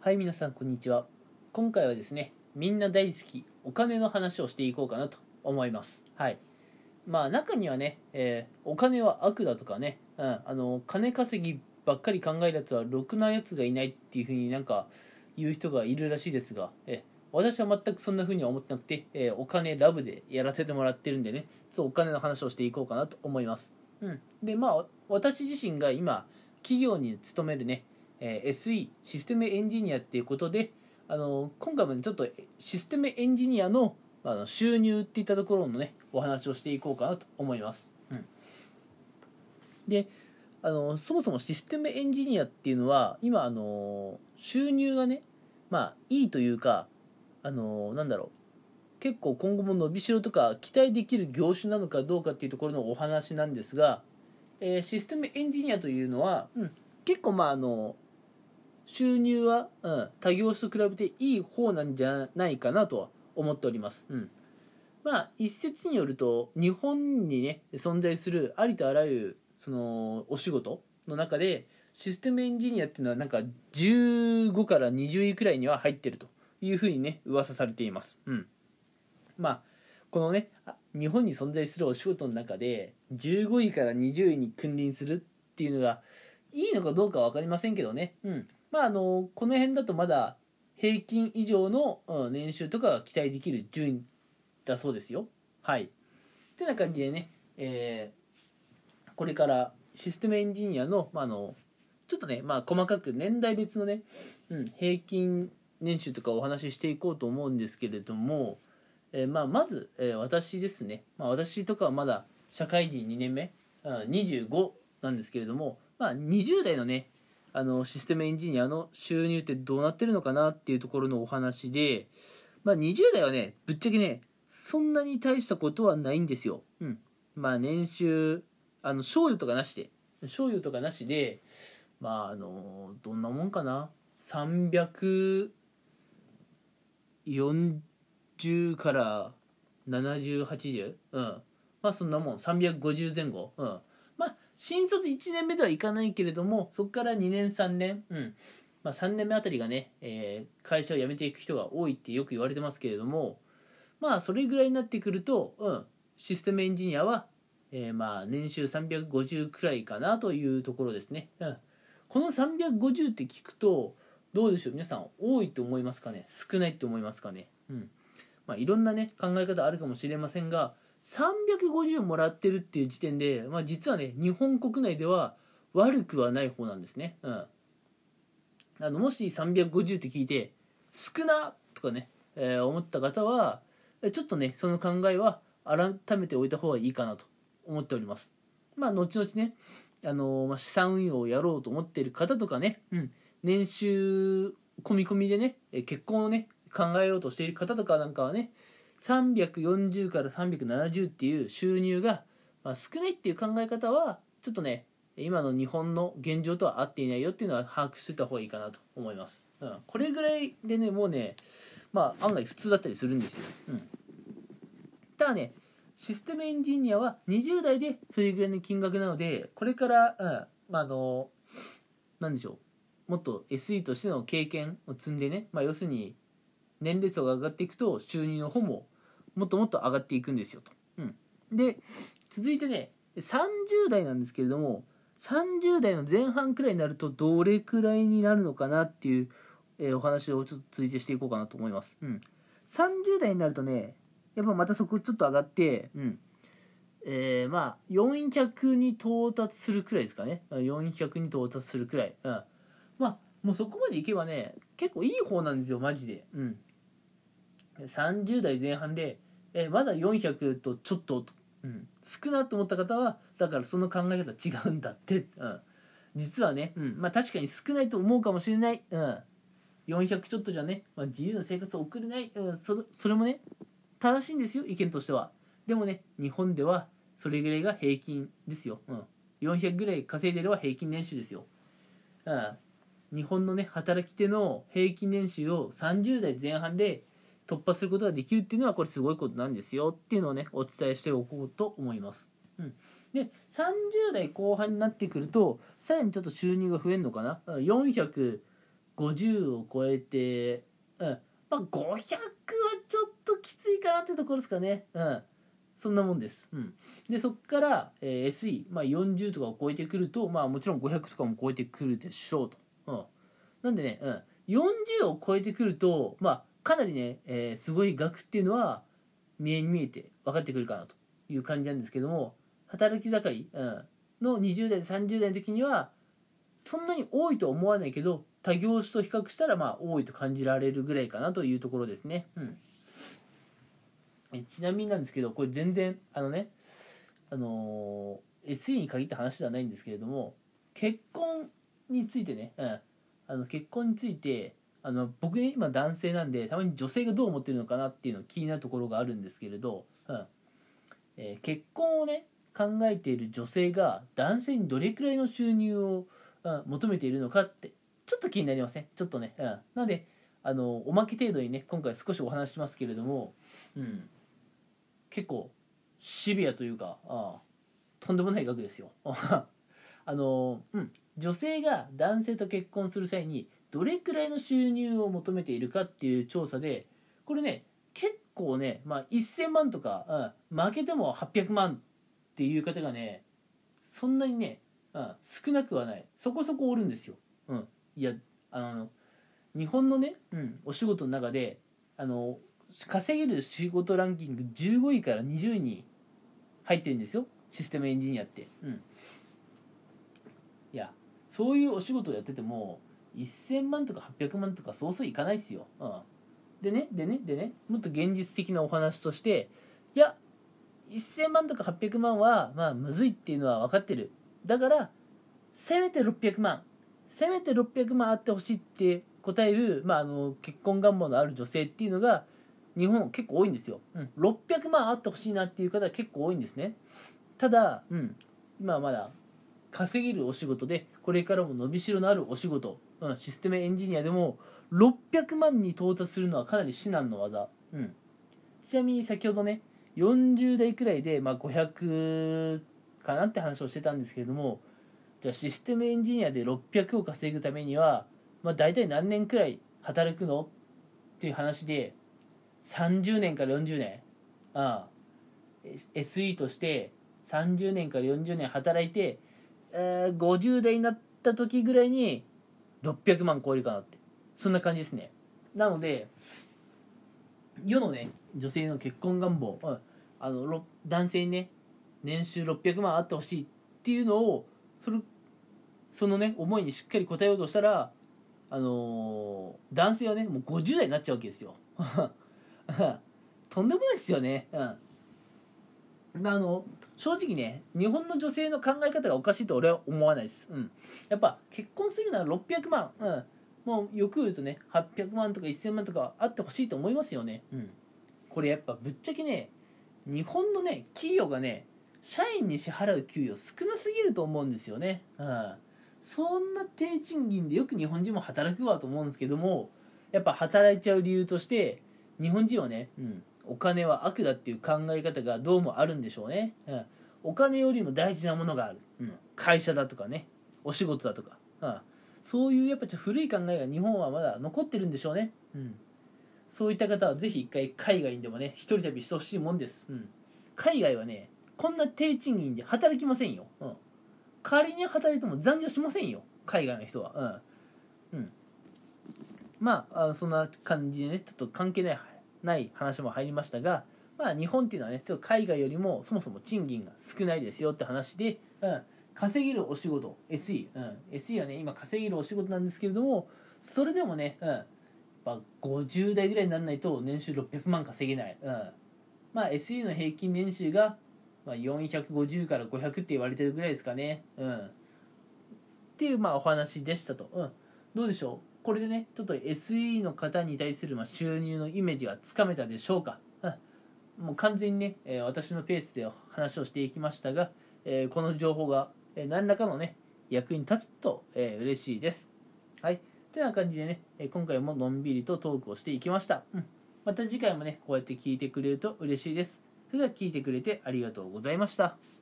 はい、皆さんこんにちは。今回はですね、みんな大好きお金の話をしていこうかなと思います。はい。まあ中にはね、お金は悪だとかね、金稼ぎばっかり考えるやつはろくなやつがいないっていう風になんか言う人がいるらしいですが、私は全くそんな風には思ってなくて、お金ラブでやらせてもらってるんでね、ちょっとお金の話をしていこうかなと思います。で、まあ私自身が今企業に勤めるね、SE システムエンジニアっていうことで、今回もねちょっとシステムエンジニアの収入っていったところのねお話をしていこうかなと思います。でそもそもシステムエンジニアっていうのは今収入がねいいというかなんだろう、結構今後も伸びしろとか期待できる業種なのかどうかっていうところのお話なんですが、システムエンジニアというのは、結構収入は、他業種と比べていい方なんじゃないかなとは思っております。一説によると日本にね存在するありとあらゆるそのお仕事の中でシステムエンジニアっていうのはなんか15から20位くらいには入ってるというふうにね噂されています。このね日本に存在するお仕事の中で15位から20位に君臨するっていうのがいいのかどうかは分かりませんけどね、この辺だとまだ平均以上の年収とかが期待できる順位だそうですよ。はい。ってな感じでね、これからシステムエンジニアの、ちょっとね、細かく年代別のね、平均年収とかお話ししていこうと思うんですけれども、まず、私ですね、私とかはまだ社会人2年目、25なんですけれども、20代のね、システムエンジニアの収入ってどうなってるのかなっていうところのお話で、20代はねぶっちゃけねそんなに大したことはないんですよ。年収賞与とかなしでどんなもんかな、340から7080、そんなもん350前後。新卒1年目ではいかないけれどもそこから2年3年、3年目あたりがね、会社を辞めていく人が多いってよく言われてますけれども、それぐらいになってくると、システムエンジニアは、年収350くらいかなというところですね。この350って聞くとどうでしょう、皆さん多いと思いますかね、少ないと思いますかね。いろんなね考え方あるかもしれませんが、350もらってるっていう時点で、実はね日本国内では悪くはない方なんですね。もし350って聞いて少なとかね、思った方はちょっとねその考えは改めておいた方がいいかなと思っております。後々ね資産運用をやろうと思っている方とかね、年収込み込みでね結婚をね考えようとしている方とかなんかはね340から370っていう収入が、少ないっていう考え方はちょっとね今の日本の現状とは合っていないよっていうのは把握しておいた方がいいかなと思います。これぐらいでねもうね案外普通だったりするんですよ。ただねシステムエンジニアは20代でそれぐらいの金額なので、これから、なんでしょう、もっと SE としての経験を積んでね、要するに年齢層が上がっていくと収入の方ももっともっと上がっていくんですよと。で続いてね30代なんですけれども、30代の前半くらいになるとどれくらいになるのかなっていう、お話をちょっと続いてしていこうかなと思います。30代になるとねやっぱまたそこちょっと上がって、400に到達するくらいですかね。400に到達するくらい。もうそこまでいけばね結構いい方なんですよマジで。30代前半で、まだ400とちょっと、少なと思った方はだからその考え方違うんだって、実はね、確かに少ないと思うかもしれない、400ちょっとじゃね、自由な生活を送れない、それもね正しいんですよ意見としては。でもね日本ではそれぐらいが平均ですよ。400ぐらい稼いでれば平均年収ですよ。日本のね働き手の平均年収を30代前半で突破することができるっていうのはこれすごいことなんですよっていうのをねお伝えしておこうと思います。で30代後半になってくるとさらにちょっと収入が増えるのかな。400 50を超えて、まあ500はちょっときついかなってところですかね。そんなもんです。でそっから、SE、まあ、40とかを超えてくると、まあもちろん500とかも超えてくるでしょうと。なんでね、40を超えてくると、まあかなりね、すごい額っていうのは見えて分かってくるかなという感じなんですけども、働き盛り、の20代30代の時にはそんなに多いとは思わないけど、他業種と比較したらまあ多いと感じられるぐらいかなというところですね。ちなみになんですけど、これ全然SE に限った話ではないんですけれども、結婚についてね、結婚について僕ね今男性なんで、たまに女性がどう思ってるのかなっていうの気になるところがあるんですけれど、結婚をね考えている女性が男性にどれくらいの収入を、求めているのかってちょっと気になりません？ちょっとね、なのでおまけ程度にね今回少しお話しますけれども、結構シビアというか、とんでもない額ですよ。女性が男性と結婚する際にどれくらいの収入を求めているかっていう調査で、これね結構ね、まあ、1000万とか、負けても800万っていう方がねそんなにね、少なくはない、そこそこおるんですよ。いや日本のね、お仕事の中で稼げる仕事ランキング15位から20位に入ってるんですよ、システムエンジニアって。いやそういうお仕事をやってても1000万とか800万とかそうそういかないっすよ。でねもっと現実的なお話として、いや1000万とか800万はまあむずいっていうのは分かってる、だからせめて600万あってほしいって答える、結婚願望のある女性っていうのが日本結構多いんですよ。600万あってほしいなっていう方は結構多いんですね。ただ、今はまだ稼げるお仕事でこれからも伸びしろのあるお仕事、システムエンジニアでも600万に到達するのはかなり至難の技。ちなみに先ほどね40代くらいで、500かなって話をしてたんですけれども、じゃあシステムエンジニアで600を稼ぐためには、大体何年くらい働くのっていう話で、30年から40年、SE として30年から40年働いて、50代になった時ぐらいに600万超えるかなって、そんな感じですね。なので世のね女性の結婚願望、男性にね年収600万あってほしいっていうのをそのね思いにしっかり応えようとしたら、男性はねもう50代になっちゃうわけですよ。とんでもないですよね。正直ね日本の女性の考え方がおかしいと俺は思わないです。やっぱ結婚するなら600万、もうよく言うとね800万とか1000万とかあってほしいと思いますよね。これやっぱぶっちゃけね日本のね企業がね社員に支払う給与少なすぎると思うんですよね。そんな低賃金でよく日本人も働くわと思うんですけども、やっぱ働いちゃう理由として日本人はね、お金は悪だっていう考え方がどうもあるんでしょうね。お金よりも大事なものがある、会社だとかねお仕事だとか、そういうやっぱ古い考えが日本はまだ残ってるんでしょうね。そういった方はぜひ一回海外にでもね一人旅してほしいもんです。海外はねこんな低賃金で働きませんよ。仮に働いても残業しませんよ海外の人は。そんな感じでねちょっと関係ない話も入りましたが、日本っていうのはねちょっと海外よりもそもそも賃金が少ないですよって話で、稼げるお仕事 SE、SE はね今稼げるお仕事なんですけれども、それでもね、50代ぐらいにならないと年収600万稼げない。SE の平均年収が450から500って言われてるぐらいですかね。っていうお話でしたと。どうでしょうこれでねちょっと SE の方に対する収入のイメージがつかめたでしょうか。もう完全にね、私のペースで話をしていきましたが、この情報が、何らかのね役に立つと、嬉しいです。はい、てな感じでね、今回ものんびりとトークをしていきました。また次回もねこうやって聞いてくれると嬉しいです。それでは聞いてくれてありがとうございました。